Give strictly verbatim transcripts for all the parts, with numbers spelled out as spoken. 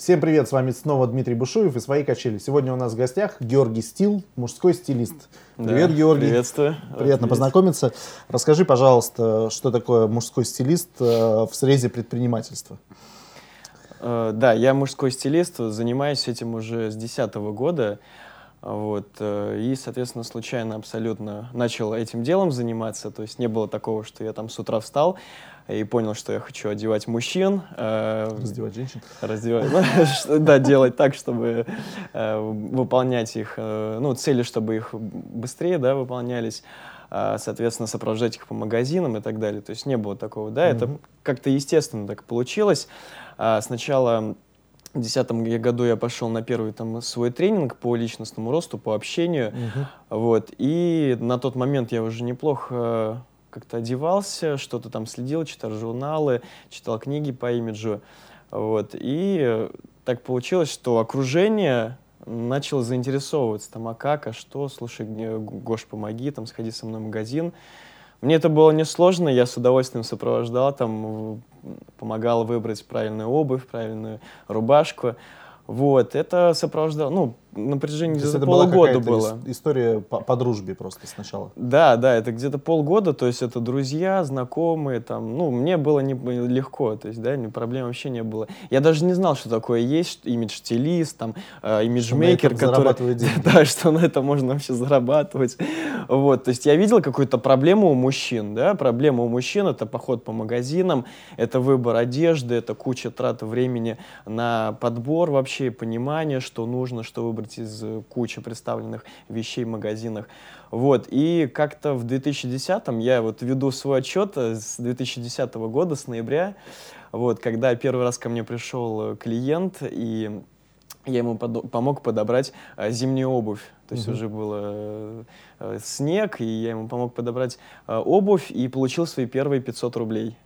Всем привет, с вами снова Дмитрий Бушуев и «Свои качели». Сегодня у нас в гостях Георгий Стил, мужской стилист. Привет, да, Георгий. Приветствую. Приятно познакомиться. Расскажи, пожалуйста, что такое мужской стилист в срезе предпринимательства? Да, я мужской стилист, занимаюсь этим уже с две тысячи десятого года. Вот, и, соответственно, случайно абсолютно начал этим делом заниматься. То есть не было такого, что я там с утра встал и понял, что я хочу одевать мужчин. Раздевать женщин. Раздевать, ну, да, делать так, чтобы выполнять их, ну, цели, чтобы их быстрее, да, выполнялись. Соответственно, сопровождать их по магазинам и так далее. То есть не было такого, да, это как-то естественно так получилось. Сначала в две тысячи десятом году я пошел на первый там свой тренинг по личностному росту, по общению, uh-huh. вот, и на тот момент я уже неплохо как-то одевался, что-то там следил, читал журналы, читал книги по имиджу, вот, и так получилось, что окружение начало заинтересовываться, там, а как, а что, слушай, Гош, помоги, там, сходи со мной в магазин. Мне это было несложно, я с удовольствием сопровождал, там, помогал выбрать правильную обувь, правильную рубашку. Вот, это сопровождало, ну, на протяжении где-то полугода было. История по, по дружбе просто сначала. Да, да, это где-то полгода, то есть это друзья, знакомые, там, ну, мне было не, легко, то есть, да, проблем вообще не было. Я даже не знал, что такое есть имидж-стилист, там, э, имиджмейкер, который... Да, что на это можно вообще зарабатывать. Вот, то есть я видел какую-то проблему у мужчин, да, проблема у мужчин — это поход по магазинам, это выбор одежды, это куча трат времени на подбор вообще, понимание, что нужно, что выбрать из кучи представленных вещей в магазинах. Вот, и как-то в две тысячи десятом я вот веду свой отчет с две тысячи десятого года, с ноября, вот, когда первый раз ко мне пришел клиент, и я ему под, помог подобрать а, зимнюю обувь. То есть uh-huh. уже был э, э, снег, и я ему помог подобрать э, обувь, и получил свои первые пятьсот рублей.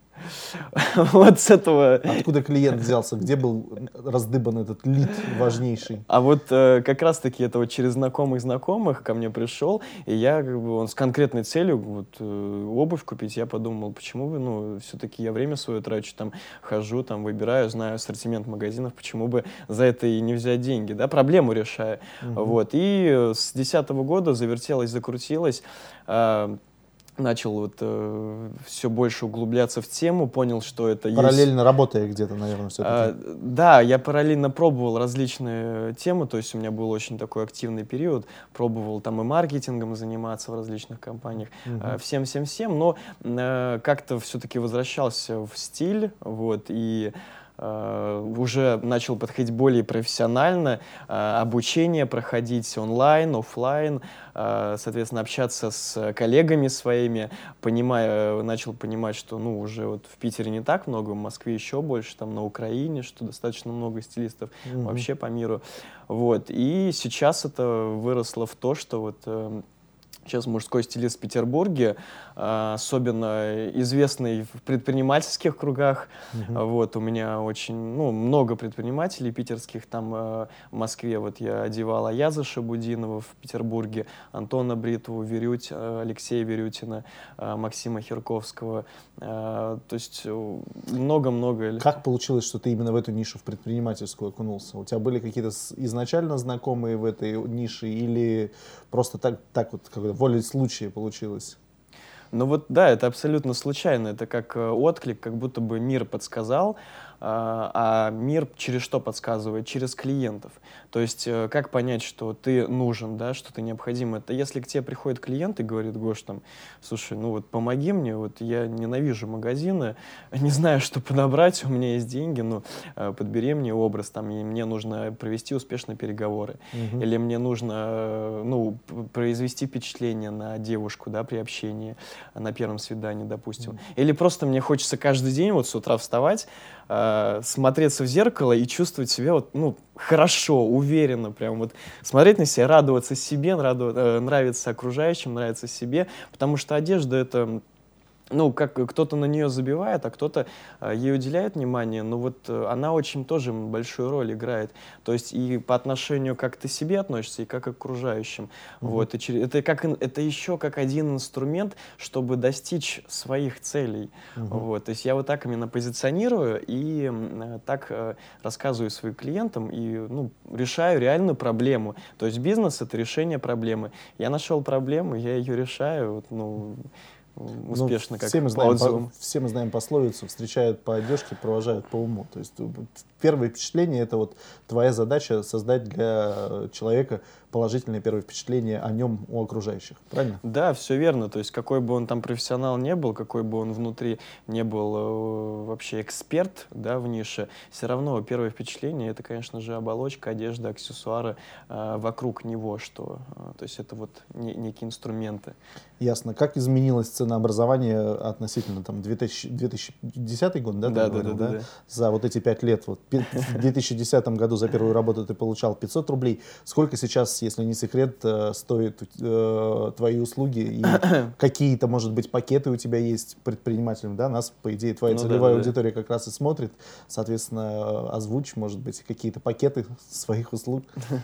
Вот с этого... Откуда клиент взялся? Где был раздыбан этот лид важнейший? А вот э, как раз-таки это вот через знакомых знакомых ко мне пришел, и я, как бы, он с конкретной целью вот, э, обувь купить, я подумал, почему бы, ну, все-таки я время свое трачу, там, хожу, там, выбираю, знаю ассортимент магазинов, почему бы за это и не взять деньги, да, проблему решаю. Угу. Вот, и с две тысячи десятого года завертелось, закрутилось, э, начал вот э, все больше углубляться в тему, понял, что это параллельно есть... работая где-то, наверное, все-таки. А, да, я параллельно пробовал различные темы, то есть у меня был очень такой активный период, пробовал там и маркетингом заниматься в различных компаниях, uh-huh. всем-всем-всем, но э, как-то все-таки возвращался в стиль, вот, и Uh, уже начал подходить более профессионально, uh, обучение проходить онлайн, офлайн, uh, соответственно, общаться с коллегами своими, понимая, начал понимать, что, ну, уже вот в Питере не так много, в Москве еще больше, там на Украине, что достаточно много стилистов mm-hmm. вообще по миру. Вот. И сейчас это выросло в то, что вот uh, сейчас мужской стилист в Петербурге, особенно известный в предпринимательских кругах. Uh-huh. Вот, у меня очень, ну, много предпринимателей питерских. Там в Москве вот я одевал Аяза Шабудинова, в Петербурге Антона Бритову, Верють, Алексея Верютина, Максима Хирковского. То есть много-много. Как получилось, что ты именно в эту нишу, в предпринимательскую, окунулся? У тебя были какие-то изначально знакомые в этой нише или просто так, так вот, как волей случая получилось? Ну вот да, это абсолютно случайно, это как отклик, как будто бы мир подсказал, а мир через что подсказывает? Через клиентов. То есть как понять, что ты нужен, да, что ты необходим? Это если к тебе приходит клиент и говорит: Гош, там, слушай, ну вот помоги мне, вот я ненавижу магазины, не знаю, что подобрать, у меня есть деньги, ну подбери мне образ, там, и мне нужно провести успешные переговоры. Uh-huh. Или мне нужно, ну, произвести впечатление на девушку, да, при общении, на первом свидании, допустим. Uh-huh. Или просто мне хочется каждый день вот с утра вставать, смотреться в зеркало и чувствовать себя вот, ну, хорошо, уверенно, прям вот смотреть на себя, радоваться себе, радоваться, нравиться окружающим, нравиться себе, потому что одежда — это ну, как кто-то на нее забивает, а кто-то э, ей уделяет внимание, но вот э, она очень тоже большую роль играет. То есть и по отношению, как ты к себе относишься, и как к окружающим. Мгм. Вот, и через- это, как, ин- это еще как один инструмент, чтобы достичь своих целей. Мгм. Вот, то есть я вот так именно позиционирую и м, э, так э, рассказываю своим клиентам и ну, решаю реальную проблему. То есть бизнес — это решение проблемы. Я нашел проблему, я ее решаю, вот, ну, м, Ну, успешно, как все мы по знаем, по- отзывам. все мы знаем пословицу: встречают по одежке, провожают по уму. То есть э, вот первое впечатление — это вот твоя задача создать для человека положительное первое впечатление о нем у окружающих. Правильно? Да, все верно. То есть какой бы он там профессионал не был, какой бы он внутри не был э, вообще эксперт, да, в нише, все равно первое впечатление — это, конечно же, оболочка, одежда, аксессуары э, вокруг него, что, э, то есть это вот не- некие инструменты. Ясно. Как изменилось ценообразование относительно там две тысячи две тысячи десятый год, да, ты Да, да, говорил, да, да, да? да. За вот эти пять лет. Вот пи- в две тысячи десятом году за первую работу ты получал пятьсот рублей. Сколько сейчас, если не секрет, э, стоят э, твои услуги? И какие-то, может быть, пакеты у тебя есть предпринимателям, да? Нас, по идее, твоя Ну да, целевая да, да. аудитория как раз и смотрит. Соответственно, э, озвучь, может быть, какие-то пакеты своих услуг.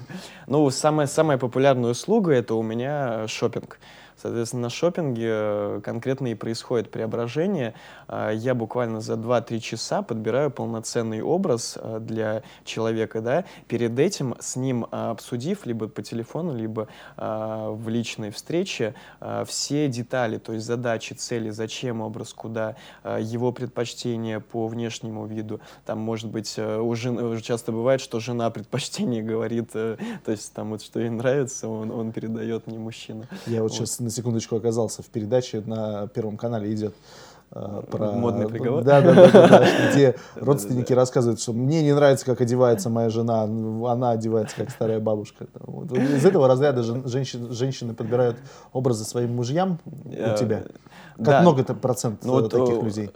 Ну, самая, самая популярная услуга — это у меня шопинг. Соответственно, на шопинге э, конкретно и происходит преображение. А, Я буквально за два-три часа подбираю полноценный образ э, для человека, да, перед этим с ним а, обсудив либо по телефону, либо а, в личной встрече а, все детали, то есть задачи, цели, зачем образ, куда, а, его предпочтения по внешнему виду. Там, может быть, э, у жен- уже часто бывает, что жена предпочтение говорит, э, то есть там вот что ей нравится, он, он передает, не мужчина. Я вот Вот. сейчас на секундочку оказался в передаче на Первом канале, идет э, Модный про... приговор? Да, да, да, да, да, где родственники Да-да-да. рассказывают, что мне не нравится, как одевается моя жена, она одевается, как старая бабушка. Там, вот. Вот из этого разряда жен- женщин- женщины подбирают образы своим мужьям у тебя. Э, Как Да, много это процент ну э, вот таких людей?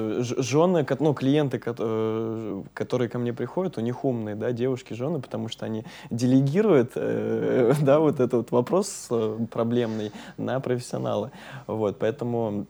жены, ну, клиенты, кот- э, которые ко мне приходят, у них умные, да, девушки, жены, потому что они делегируют, э, да, вот этот вот вопрос э, проблемный на профессионала. Вот, поэтому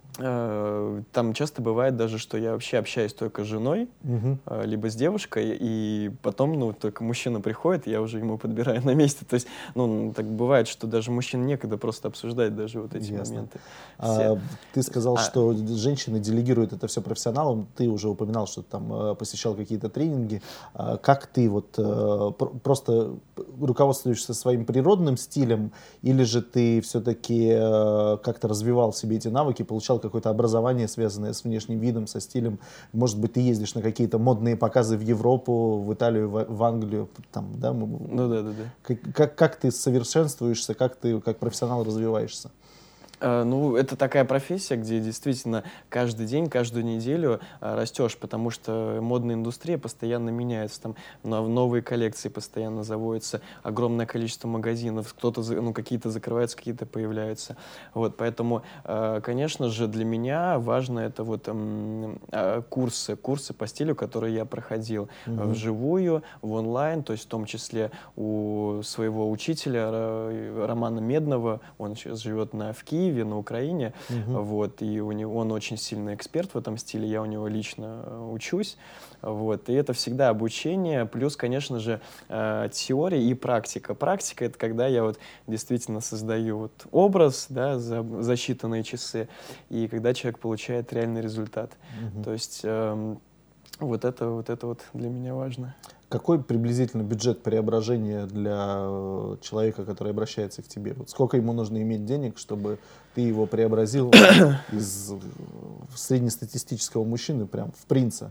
э, там часто бывает даже, что я вообще общаюсь только с женой, Мгм. э, либо с девушкой, и потом, ну, только мужчина приходит, я уже ему подбираю на месте. То есть, ну, так бывает, что даже мужчин некогда просто обсуждать даже вот эти Ясно. моменты. Все. А, ты сказал, А, что женщины делегируют это все профессионалам. Ты уже упоминал, что там э, посещал какие-то тренинги. А как ты вот э, пр- просто руководствуешься своим природным стилем, или же ты все-таки э, как-то развивал в себе эти навыки, получал какое-то образование, связанное с внешним видом, со стилем? Может быть, ты ездишь на какие-то модные показы в Европу, в Италию, в, в Англию, там, да? м- ну да, да, да. Как, как, как ты совершенствуешься, как ты как профессионал развиваешься? Э, Ну, это такая профессия, где действительно каждый день, каждую неделю а, растешь, потому что модная индустрия постоянно меняется, там но- новые коллекции постоянно заводятся, огромное количество магазинов, кто-то, за- ну, какие-то закрываются, какие-то появляются. Вот, поэтому, э, конечно же, для меня важно это вот м, а, курсы, курсы по стилю, которые я проходил э, Мгм. вживую, в онлайн, то есть в том числе у своего учителя Ра- Романа Медного, он сейчас живет на, в Киеве, на Украине, Мгм. вот, и у него, он очень сильный эксперт в этом стиле, я у него лично э, учусь, вот, и это всегда обучение, плюс, конечно же, э, теория и практика. Практика — это когда я вот действительно создаю вот образ, да, за, за считанные часы, и когда человек получает реальный результат. Мгм. То есть эм, вот это, вот это вот для меня важно. Какой приблизительно бюджет преображения для э, человека, который обращается к тебе? Вот сколько ему нужно иметь денег, чтобы ты его преобразил из э, среднестатистического мужчины прям в принца?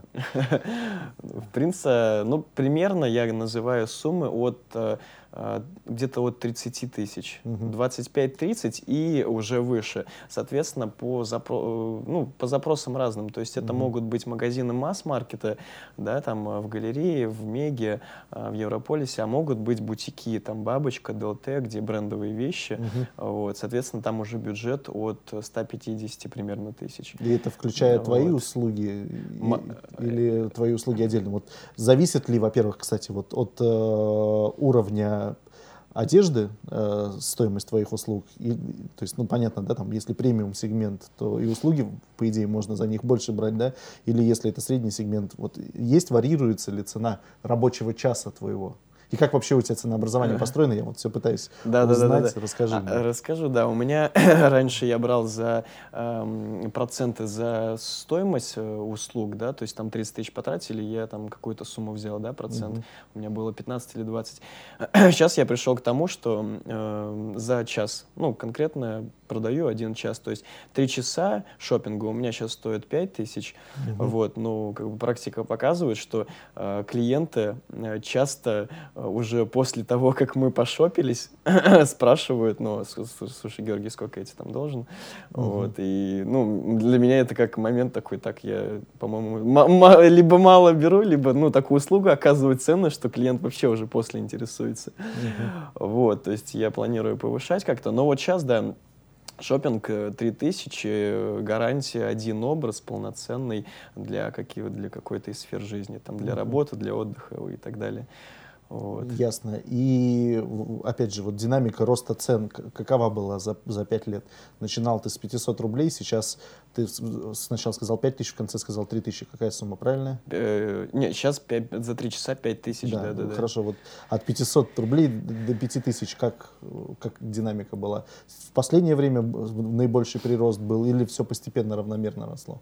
В принципе, ну, примерно я называю суммы от э, э, где-то от тридцати тысяч, Мгм. двадцать пять тридцать и уже выше. Соответственно, по, запро- э, ну, по запросам разным. То есть это Мгм. могут быть магазины масс-маркета, да, там э, в галерее, в Меге, э, в Европолисе, а могут быть бутики, там Бабочка, ДЛТ, где брендовые вещи. Мгм. Вот, соответственно, там уже бюджет от ста пятидесяти примерно тысяч. И это включает твои Вот. услуги Ма- и- или твои услуги отдельно? Вот зависит ли, во-первых, кстати, вот от э, уровня одежды, э, стоимость твоих услуг, и, то есть, ну, понятно, да, там, если премиум сегмент, то и услуги, по идее, можно за них больше брать, да, или если это средний сегмент, вот есть, варьируется ли цена рабочего часа твоего? И как вообще у тебя ценообразование построено? Я вот все пытаюсь да, да, узнать. Да, да, да. Расскажи а, мне. Расскажу, да. У меня раньше я брал за эм, проценты за стоимость э, услуг, да, то есть там тридцать тысяч потратили, я там какую-то сумму взял, да, процент. Uh-huh. У меня было пятнадцать или двадцать. Сейчас я пришел к тому, что э, за час, ну, конкретно продаю один час, то есть три часа шопинга у меня сейчас стоит пять тысяч, uh-huh. вот, ну, как бы практика показывает, что э, клиенты э, часто э, уже после того, как мы пошопились, спрашивают, ну, слушай, Георгий, сколько я тебе там должен, uh-huh. вот, и, ну, для меня это как момент такой, так, я, по-моему, м- м- либо мало беру, либо, ну, такую услугу оказывает ценность, что клиент вообще уже после интересуется, uh-huh. вот, то есть я планирую повышать как-то, но вот сейчас, да, шопинг три тысячи, гарантия, один образ полноценный для, каких, для какой-то из сфер жизни, там, для uh-huh. работы, для отдыха и так далее. Вот. Ясно. И, опять же, вот динамика роста цен какова была за, за пять лет? Начинал ты с пятисот рублей, сейчас ты сначала сказал пять тысяч, в конце сказал три тысячи. Какая сумма, правильная? Э, нет, сейчас пять, за три часа пять тысяч. Да, да, да, хорошо. Да. Вот от пятисот рублей до пяти тысяч, как, как динамика была? В последнее время наибольший прирост был или все постепенно равномерно росло?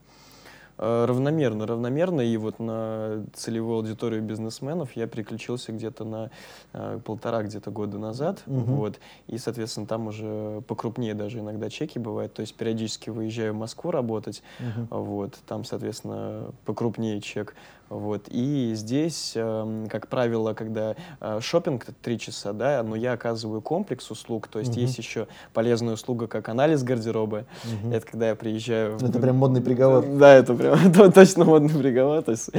Равномерно, равномерно, и вот на целевую аудиторию бизнесменов я переключился где-то на э, полтора где-то года назад, uh-huh. вот, и, соответственно, там уже покрупнее даже иногда чеки бывают, то есть периодически выезжаю в Москву работать, uh-huh. вот, там, соответственно, покрупнее чек, вот, и здесь, э, как правило, когда э, шопинг три часа, да, но я оказываю комплекс услуг, то есть uh-huh. есть еще полезная услуга, как анализ гардероба, uh-huh. это когда я приезжаю... Это прям модный приговор. Да, это прям точно модный приговор, то есть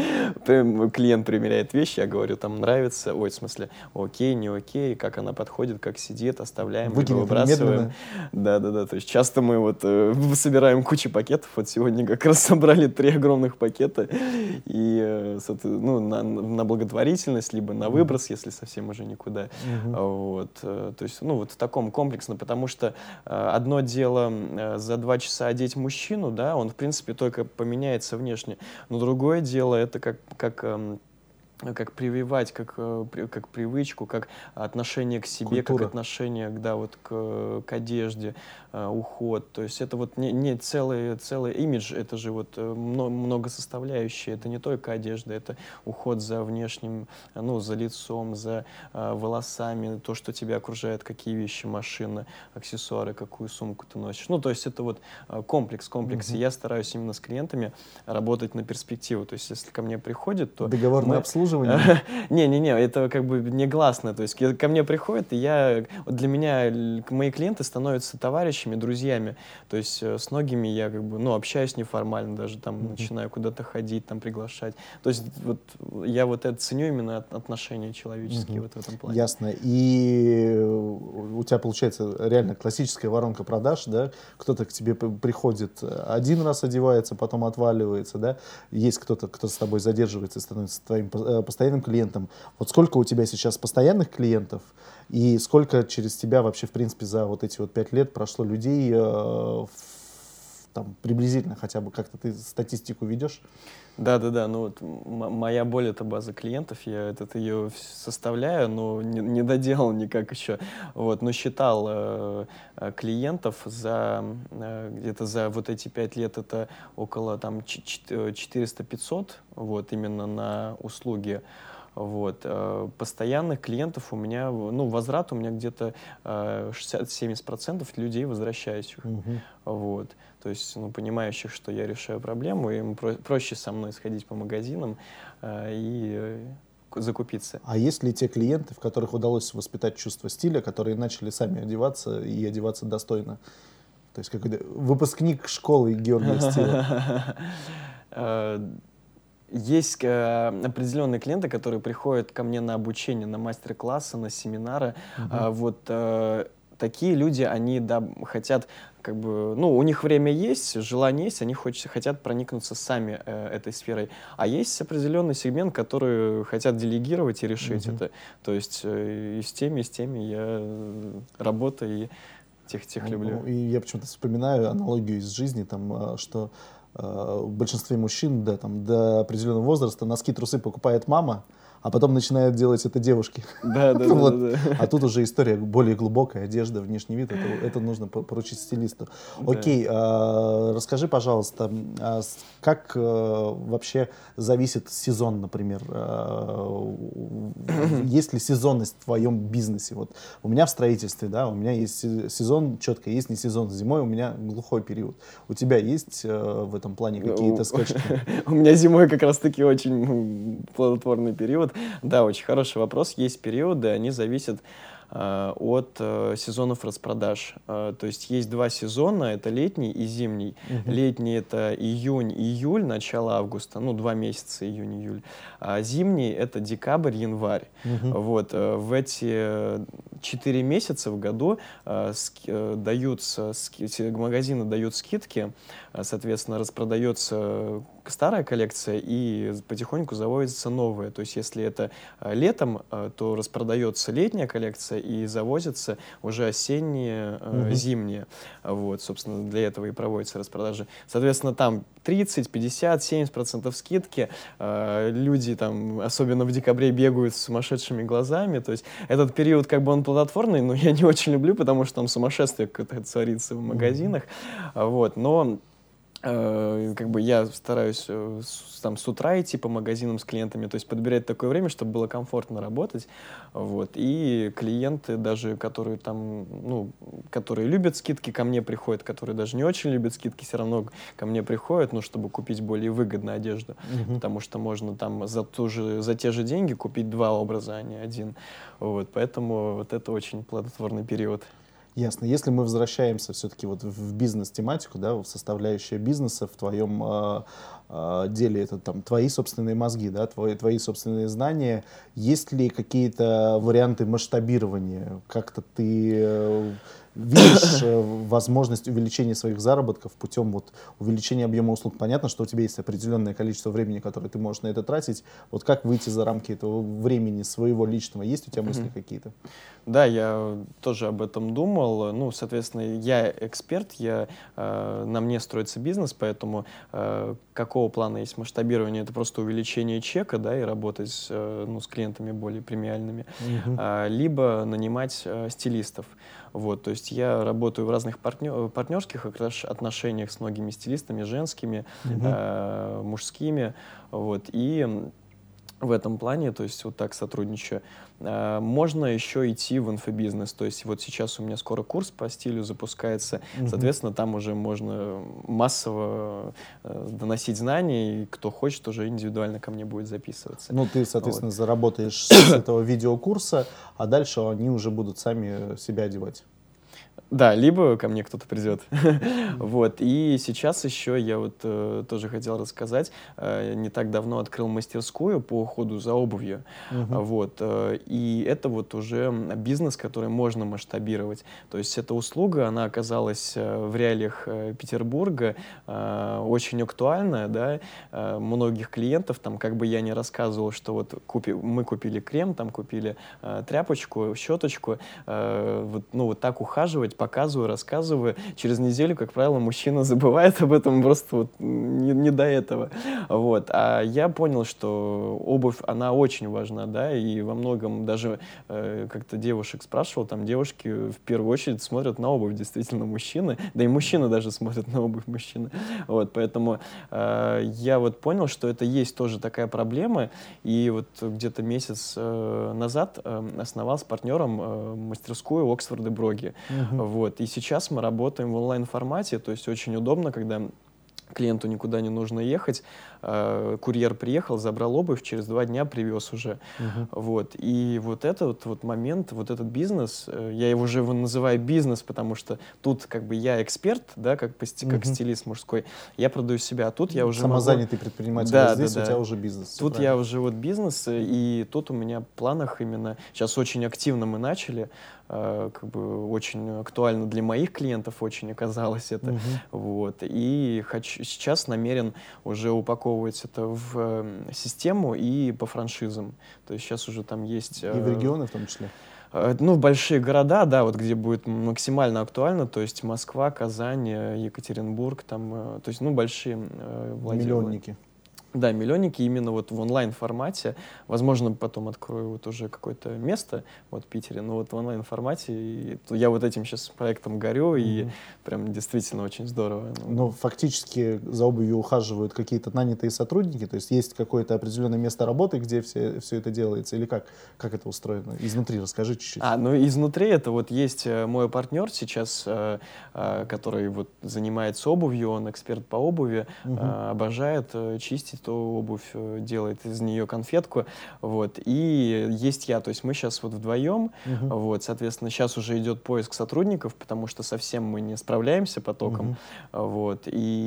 клиент примеряет вещи, я говорю, там нравится, ой, в смысле, окей, не окей, как она подходит, как сидит, оставляем, выкинем, выбрасываем. Да-да-да, то есть часто мы вот э, собираем кучу пакетов, вот сегодня как раз собрали три огромных пакета, и, э, ну, на, на благотворительность, либо на выброс, если совсем уже никуда, uh-huh. вот, э, то есть, ну, вот в таком комплексно, потому что э, одно дело э, за два часа одеть мужчину, да, он, в принципе, только поменяет внешне. Но другое дело, это как, как, эм, как прививать, как, как привычку, как отношение к себе, Культура. Как отношение да, вот к, к одежде, э, уход. То есть это вот не, не целый, целый имидж, это же вот много, много составляющих. Это не только одежда, это уход за внешним, ну, за лицом, за э, волосами, то, что тебя окружает, какие вещи, машина, аксессуары, какую сумку ты носишь. Ну, то есть это вот комплекс, комплекс. Mm-hmm. И я стараюсь именно с клиентами работать на перспективу. То есть если ко мне приходит, то... Договорное мы... обслуживание? Не-не-не, это как бы негласно. То есть ко мне приходят, и я, для меня мои клиенты становятся товарищами, друзьями. То есть с многими я как бы, ну, общаюсь неформально, даже там mm-hmm. начинаю куда-то ходить, там приглашать. То есть вот я вот это ценю именно отношения человеческие mm-hmm. вот в этом плане. Ясно. И у тебя получается реально классическая воронка продаж, да? Кто-то к тебе приходит, один раз одевается, потом отваливается, да? Есть кто-то, кто с тобой задерживается и становится твоим постоянным клиентом. Вот сколько у тебя сейчас постоянных клиентов и сколько через тебя вообще, в принципе, за вот эти вот пять лет прошло людей, э, в, там, приблизительно хотя бы как-то ты статистику ведешь? Да-да-да, ну вот м- моя боль — это база клиентов, я этот, ее составляю, но не, не доделал никак еще, вот, но считал э, клиентов за, э, где-то за вот эти пять лет, это около там четыреста-пятьсот, вот, именно на услуги. Вот. Постоянных клиентов у меня, ну, возврат у меня где-то шестьдесят-семьдесят процентов людей возвращающих. Uh-huh. Вот. То есть, ну, понимающих, что я решаю проблему, им про- проще со мной сходить по магазинам э, и закупиться. А есть ли те клиенты, в которых удалось воспитать чувство стиля, которые начали сами одеваться и одеваться достойно? То есть какой-то выпускник школы Георгия Стиля. Есть э, определенные клиенты, которые приходят ко мне на обучение, на мастер-классы, на семинары. Uh-huh. Э, вот, э, такие люди, они, да, хотят, как бы, ну, у них время есть, желание есть, они хочется, хотят проникнуться сами э, этой сферой. А есть определенный сегмент, который хотят делегировать и решить mm-hmm. это. То есть э, и с теми, и с теми я э, работаю, и тех, тех люблю. И я почему-то вспоминаю аналогию из жизни, там, что э, в большинстве мужчин, да, там, до определенного возраста носки, трусы покупает мама, а потом начинают делать это девушки. Да, да, вот. да, да. А тут уже история более глубокая, одежда, внешний вид, это, это нужно поручить стилисту. Да. Окей, а, расскажи, пожалуйста, а, как а, вообще зависит сезон, например? А, есть ли сезонность в твоем бизнесе? Вот у меня в строительстве, да, у меня есть сезон четко, есть не сезон. Зимой у меня глухой период. У тебя есть а, в этом плане какие-то скачки? У меня зимой как раз-таки очень плодотворный период. Да, очень хороший вопрос. Есть периоды, они зависят э, от э, сезонов распродаж. Э, то есть есть два сезона, это летний и зимний. Uh-huh. Летний — это июнь, июль, начало августа, ну, два месяца, июнь, июль. А зимний — это декабрь, январь. Uh-huh. Вот, э, в эти четыре месяца в году э, ски, э, даются, ски, магазины дают скидки, э, соответственно, распродается старая коллекция и потихоньку завозится новая. То есть если это э, летом, э, то распродается летняя коллекция и завозится уже осенняя, э, uh-huh. зимняя. Вот, собственно, для этого и проводятся распродажи. Соответственно, там тридцать, пятьдесят, семьдесят процентов скидки. Э, люди там, особенно в декабре, бегают с сумасшедшими глазами. То есть этот период, как бы, он плодотворный, но я не очень люблю, потому что там сумасшествие какое-то творится в магазинах. Uh-huh. Вот, но как бы я стараюсь с, там, с утра идти по магазинам с клиентами, то есть подбирать такое время, чтобы было комфортно работать. Вот. И клиенты даже, которые там, ну, которые любят скидки, ко мне приходят, которые даже не очень любят скидки, все равно ко мне приходят, ну, чтобы купить более выгодно одежду. Mm-hmm. Потому что можно там за, ту же, за те же деньги купить два образа, а не один. Вот. Поэтому вот это очень плодотворный период. Ясно. Если мы возвращаемся все-таки вот в бизнес-тематику, да, в составляющую бизнеса, в твоем э, э, деле это там твои собственные мозги, да, твои, твои собственные знания, есть ли какие-то варианты масштабирования? Как-то ты э, видишь э, возможность увеличения своих заработков путем вот увеличения объема услуг? Понятно, что у тебя есть определенное количество времени, которое ты можешь на это тратить. Вот как выйти за рамки этого времени своего личного? Есть у тебя мысли какие-то? Да, я тоже об этом думал. Ну, соответственно, я эксперт, я, э, на мне строится бизнес, поэтому э, какого плана есть масштабирование? Это просто увеличение чека, да, и работать с, э, ну, с клиентами более премиальными, mm-hmm. э, либо нанимать э, стилистов. Вот, то есть я работаю в разных партнер, партнерских отношениях с многими стилистами, женскими, mm-hmm. э, мужскими, вот, и в этом плане, то есть вот так сотрудничаю. Можно еще идти в инфобизнес, то есть вот сейчас у меня скоро курс по стилю запускается, mm-hmm. соответственно, там уже можно массово доносить знания, и кто хочет, уже индивидуально ко мне будет записываться. Ну, ты, соответственно, вот. заработаешь с этого видеокурса, а дальше они уже будут сами себя одевать. Да, либо ко мне кто-то придет. Вот. И сейчас еще я вот э, тоже хотел рассказать. Э, не так давно открыл мастерскую по уходу за обувью. Uh-huh. Вот. Э, и это вот уже бизнес, который можно масштабировать. То есть эта услуга, она оказалась э, в реалиях э, Петербурга э, очень актуальная, да. Э, многих клиентов, там, как бы я ни рассказывал, что вот купи, мы купили крем, там купили э, тряпочку, щеточку, э, вот, ну вот так ухаживать, показываю, рассказываю. Через неделю, как правило, мужчина забывает об этом, просто вот не, не до этого. Вот. А я понял, что обувь, она очень важна, да, и во многом даже э, как-то девушек спрашивал, там девушки в первую очередь смотрят на обувь, действительно, мужчины, да и мужчины даже смотрят на обувь мужчины. Вот, поэтому э, я вот понял, что это есть тоже такая проблема, и вот где-то месяц э, назад э, основал с партнером э, мастерскую Оксфорд и Броги. Uh-huh. Вот. И сейчас мы работаем в онлайн-формате, то есть очень удобно, когда клиенту никуда не нужно ехать. э, курьер приехал, забрал обувь, через два дня привез уже. Uh-huh. Вот. И вот этот вот момент, вот этот бизнес, э, я его уже называю бизнес, потому что тут как бы я эксперт, да, как, uh-huh. как стилист мужской, я продаю себя, а тут я уже самозанятый могу... предприниматель, да, а здесь да, у да. тебя уже бизнес. Тут правильно. я уже вот бизнес, и тут у меня в планах именно, сейчас очень активно мы начали, э, как бы очень актуально для моих клиентов очень оказалось это, uh-huh. вот, и хочу, сейчас намерен уже упаковывать это в э, систему и по франшизам, то есть сейчас уже там есть... Э, и в регионы в том числе? Ну, в большие города, да, вот где будет максимально актуально, то есть Москва, Казань, Екатеринбург, там, то есть, ну, большие э, владения. Миллионники. Да, миллионники именно вот в онлайн-формате. Возможно, потом открою вот уже какое-то место вот в Питере, но вот в онлайн-формате. И я вот этим сейчас проектом горю, mm-hmm. и прям действительно очень здорово. Но фактически за обувью ухаживают какие-то нанятые сотрудники, то есть есть какое-то определенное место работы, где все, все это делается, или как? Как это устроено? Изнутри расскажи чуть-чуть. А, ну изнутри это вот есть мой партнер сейчас, который вот занимается обувью, он эксперт по обуви, mm-hmm. обожает чистить то обувь, делает из нее конфетку, вот, и есть я, то есть мы сейчас вот вдвоем, uh-huh. вот, соответственно, сейчас уже идет поиск сотрудников, потому что совсем мы не справляемся потоком, uh-huh. вот,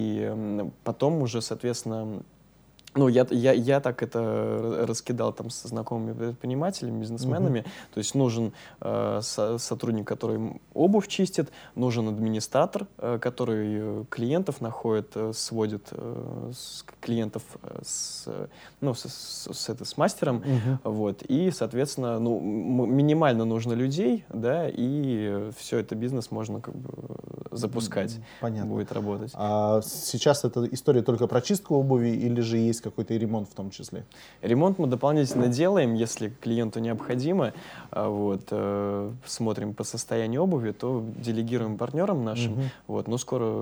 и потом уже, соответственно, ну, я, я, я так это раскидал там со знакомыми предпринимателями, бизнесменами. Uh-huh. То есть нужен э, со, сотрудник, который обувь чистит, нужен администратор, э, который клиентов находит, э, сводит э, с клиентов с, ну, с, с, с, это, с мастером. Uh-huh. Вот. И, соответственно, ну, минимально нужно людей, да, и все это бизнес можно как бы запускать. Понятно. Будет работать. А сейчас эта история только про чистку обуви или же есть какой-то и ремонт в том числе? Ремонт мы дополнительно делаем, если клиенту необходимо. Вот, э, смотрим по состоянию обуви, то делегируем партнерам нашим. Uh-huh. Вот, но скоро...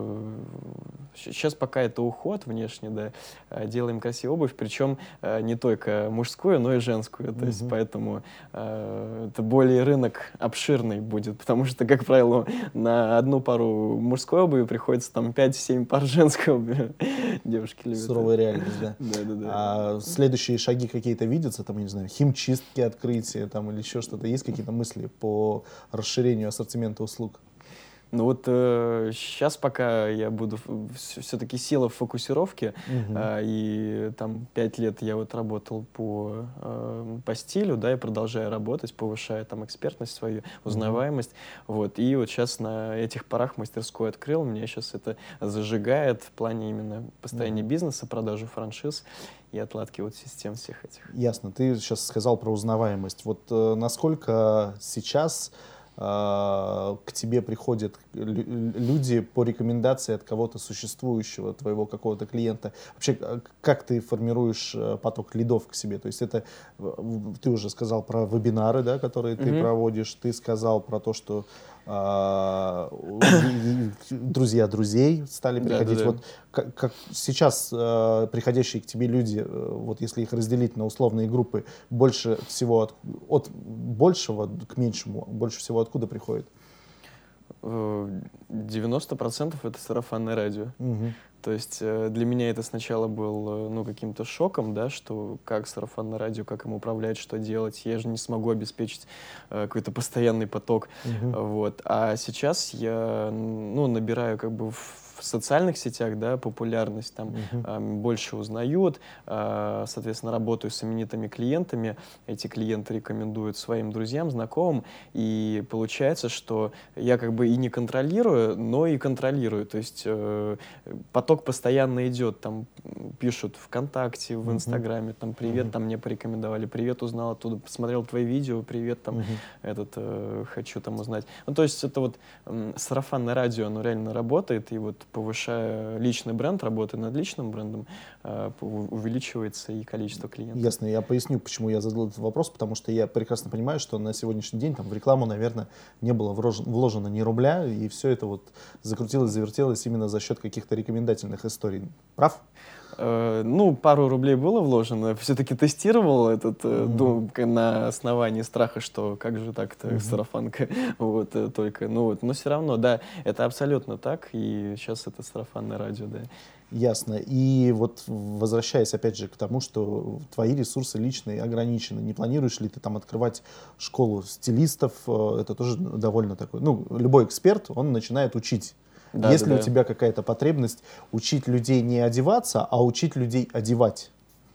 Сейчас пока это уход внешне, да, делаем красивую обувь, причем э, не только мужскую, но и женскую. То uh-huh. есть поэтому э, это более рынок обширный будет, потому что, как правило, на одну пару мужской обуви приходится там пять-семь пар женской обуви. Девушки любят. Суровая реальность, да. Да, да, да. А следующие шаги какие-то видятся, там, я не знаю, химчистки, открытия, там, или еще что-то? Есть какие-то мысли по расширению ассортимента услуг? Ну вот э, сейчас пока я буду все-таки сила в фокусировке, uh-huh. э, и там пять лет я вот работал по, э, по стилю, да, и продолжаю работать, повышая там экспертность свою, узнаваемость, uh-huh. вот, и вот сейчас на этих парах мастерскую открыл, меня сейчас это зажигает в плане именно построения uh-huh. бизнеса, продажи франшиз и отладки вот систем всех этих. Ясно, ты сейчас сказал про узнаваемость, вот э, насколько сейчас к тебе приходят люди по рекомендации от кого-то существующего, твоего какого-то клиента. Вообще, как ты формируешь поток лидов к себе? То есть это, ты уже сказал про вебинары, да, которые ты mm-hmm. проводишь, ты сказал про то, что а, друзья друзей стали приходить. Да, да, да. Вот как, как сейчас а, приходящие к тебе люди, вот если их разделить на условные группы, больше всего от, от большего к меньшему, больше всего откуда приходит? девяносто процентов это сарафанное радио. Угу. То есть для меня это сначала был, ну, каким-то шоком, да, что как сарафанное радио, как им управлять, что делать. Я же не смогу обеспечить э, какой-то постоянный поток. Uh-huh. Вот. А сейчас я, ну, набираю как бы в в социальных сетях, да, популярность, там uh-huh. э, больше узнают, э, соответственно, работаю с именитыми клиентами, эти клиенты рекомендуют своим друзьям, знакомым, и получается, что я как бы и не контролирую, но и контролирую, то есть э, поток постоянно идет, там пишут ВКонтакте, в Инстаграме, там привет, uh-huh. там мне порекомендовали, привет, узнал оттуда, посмотрел твои видео, привет, там uh-huh. этот, э, хочу там узнать. Ну, то есть это вот э, сарафанное радио, оно реально работает, и вот повышая личный бренд, работая над личным брендом, э, увеличивается и количество клиентов. Ясно. Я поясню, почему я задал этот вопрос, потому что я прекрасно понимаю, что на сегодняшний день там в рекламу, наверное, не было вложено ни рубля, и все это вот закрутилось, завертелось именно за счет каких-то рекомендательных историй. Прав? Э, ну, пару рублей было вложено. Все-таки тестировал этот mm-hmm. дум, на основании страха, что как же так-то mm-hmm. сарафанка. Вот, только, ну вот, но все равно, да, это абсолютно так. И сейчас это сарафанное радио, да. Ясно. И вот возвращаясь опять же к тому, что твои ресурсы личные ограничены, не планируешь ли ты там открывать школу стилистов? Это тоже довольно такой, ну, любой эксперт, он начинает учить. Да, Есть да, ли да. у тебя какая-то потребность учить людей не одеваться, а учить людей одевать?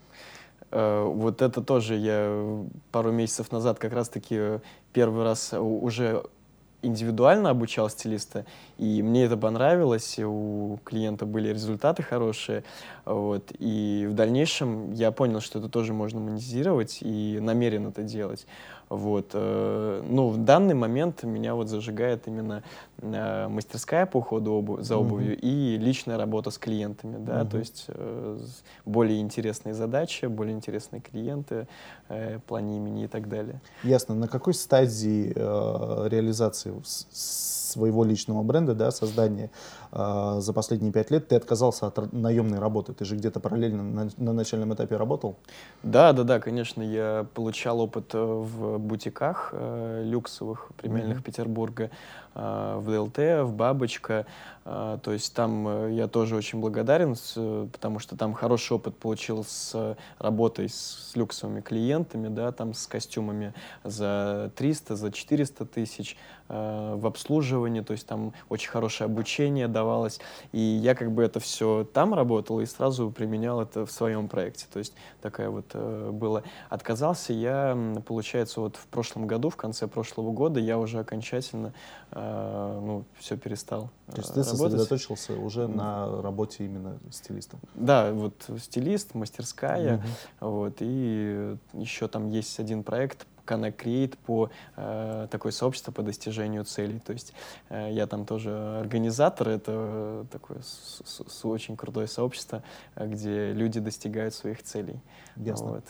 Uh, вот это тоже я пару месяцев назад как раз-таки первый раз уже индивидуально обучал стилиста, и мне это понравилось, и у клиента были результаты хорошие, вот, и в дальнейшем я понял, что это тоже можно монетизировать, и намерен это делать. Вот. Ну, в данный момент меня вот зажигает именно мастерская по уходу обу- за обувью uh-huh. и личная работа с клиентами, да, uh-huh. то есть более интересные задачи, более интересные клиенты, в плане имени и так далее. Ясно. На какой стадии э, реализации своего личного бренда, да, создания э, за последние пять лет ты отказался от наемной работы? Ты же где-то параллельно на, на начальном этапе работал? Да, да, да, конечно. Я получал опыт в бутиках э, люксовых, премиальных mm-hmm. Петербурга, э, в ДЛТ, в Бабочка. Э, то есть там э, я тоже очень благодарен, с, потому что там хороший опыт получил с работой с, с люксовыми клиентами, да, там с костюмами за триста, за четыреста тысяч, э, в обслуживании, то есть там очень хорошее обучение давалось. И я как бы это все там работал и сразу применял это в своем проекте. То есть такая вот э, было. Отказался я, получается, вот в прошлом году, в конце прошлого года я уже окончательно э, ну, все перестал То есть э, ты работать. сосредоточился уже на работе именно стилистом? Да, вот стилист, мастерская, угу. вот, и еще там есть один проект Connect Create по э, такое сообщество по достижению целей. То есть э, я там тоже организатор, это такое с, с, с очень крутое сообщество, где люди достигают своих целей. Ясно. Вот.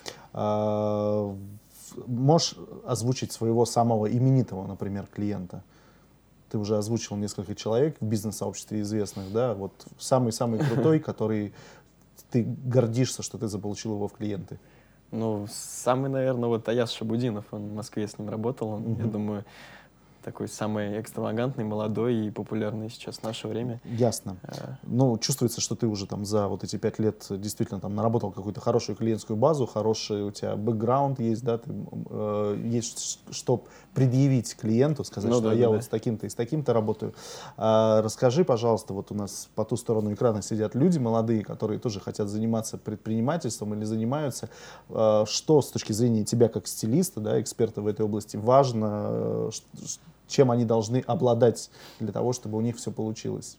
А, можешь озвучить своего самого именитого, например, клиента? Ты уже озвучил несколько человек в бизнес-сообществе известных, да? Вот самый-самый крутой, который ты гордишься, что ты заполучил его в клиенты. Ну, самый, наверное, вот Аяз Шабудинов, он в Москве с ним работал, он, uh-huh. я думаю, такой самый экстравагантный, молодой и популярный сейчас в наше время. Ясно. А... Ну, чувствуется, что ты уже там за вот эти пять лет действительно там наработал какую-то хорошую клиентскую базу, хороший у тебя бэкграунд есть, да, ты, э, есть что предъявить клиенту, сказать, ну, что да, я да, вот да. с таким-то и с таким-то работаю. А, расскажи, пожалуйста, вот у нас по ту сторону экрана сидят люди молодые, которые тоже хотят заниматься предпринимательством или занимаются. А, что с точки зрения тебя как стилиста, да, эксперта в этой области важно, чем они должны обладать для того, чтобы у них все получилось?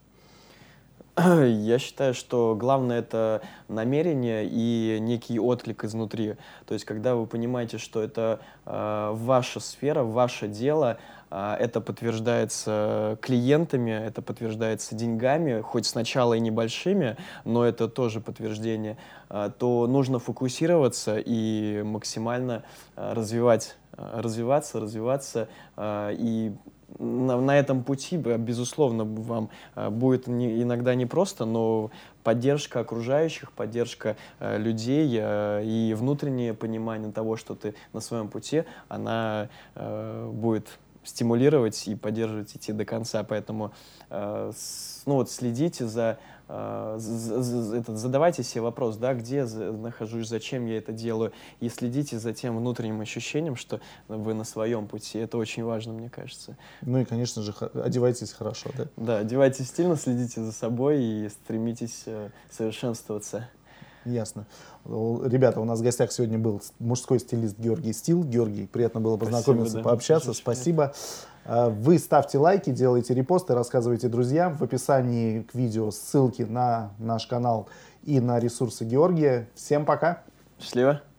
Я считаю, что главное — это намерение и некий отклик изнутри. То есть, когда вы понимаете, что это э, ваша сфера, ваше дело, э, это подтверждается клиентами, это подтверждается деньгами, хоть сначала и небольшими, но это тоже подтверждение, э, то нужно фокусироваться и максимально э, развивать, э, развиваться, развиваться э, и На, на этом пути, безусловно, вам э, будет не, иногда непросто, но поддержка окружающих, поддержка э, людей э, и внутреннее понимание того, что ты на своем пути, она э, будет стимулировать и поддерживать идти до конца. Поэтому э, с, ну вот, следите за, э, за, за этот, задавайте себе вопрос, да, где я нахожусь, зачем я это делаю, и следите за тем внутренним ощущением, что вы на своем пути. Это очень важно, мне кажется. Ну и, конечно же, одевайтесь хорошо, да? Да, одевайтесь стильно, следите за собой и стремитесь э, совершенствоваться. Ясно. Ребята, у нас в гостях сегодня был мужской стилист Георгий Стил. Георгий, приятно было познакомиться, Спасибо, да, пообщаться. Спасибо. Вы ставьте лайки, делайте репосты, рассказывайте друзьям. В описании к видео ссылки на наш канал и на ресурсы Георгия. Всем пока. Счастливо.